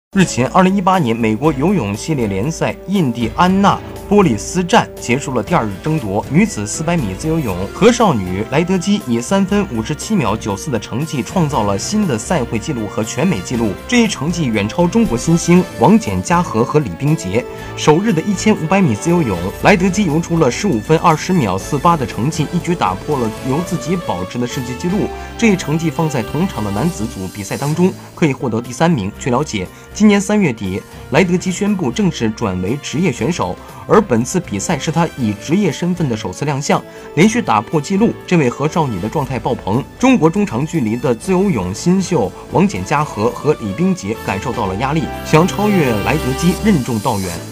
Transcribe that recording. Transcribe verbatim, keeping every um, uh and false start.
日前，二零一八年美国游泳系列联赛印第安纳波利斯站结束了第二日争夺，女子四百米自由泳，何少女莱德基以三分五十七秒九四的成绩创造了新的赛会纪录和全美纪录。这一成绩远超中国新星王简嘉禾和李冰洁。首日的一千五百米自由泳，莱德基游出了十五分二十秒四八的成绩，一举打破了由自己保持的世界纪录。这一成绩放在同场的男子组比赛当中，可以获得第三名。据了解，今年三月底，莱德基宣布正式转为职业选手，而本次比赛是他以职业身份的首次亮相，连续打破纪录。这位何少女的状态爆棚，中国中长距离的自由泳新秀王简嘉禾和李冰洁感受到了压力，想要超越莱德基任重道远。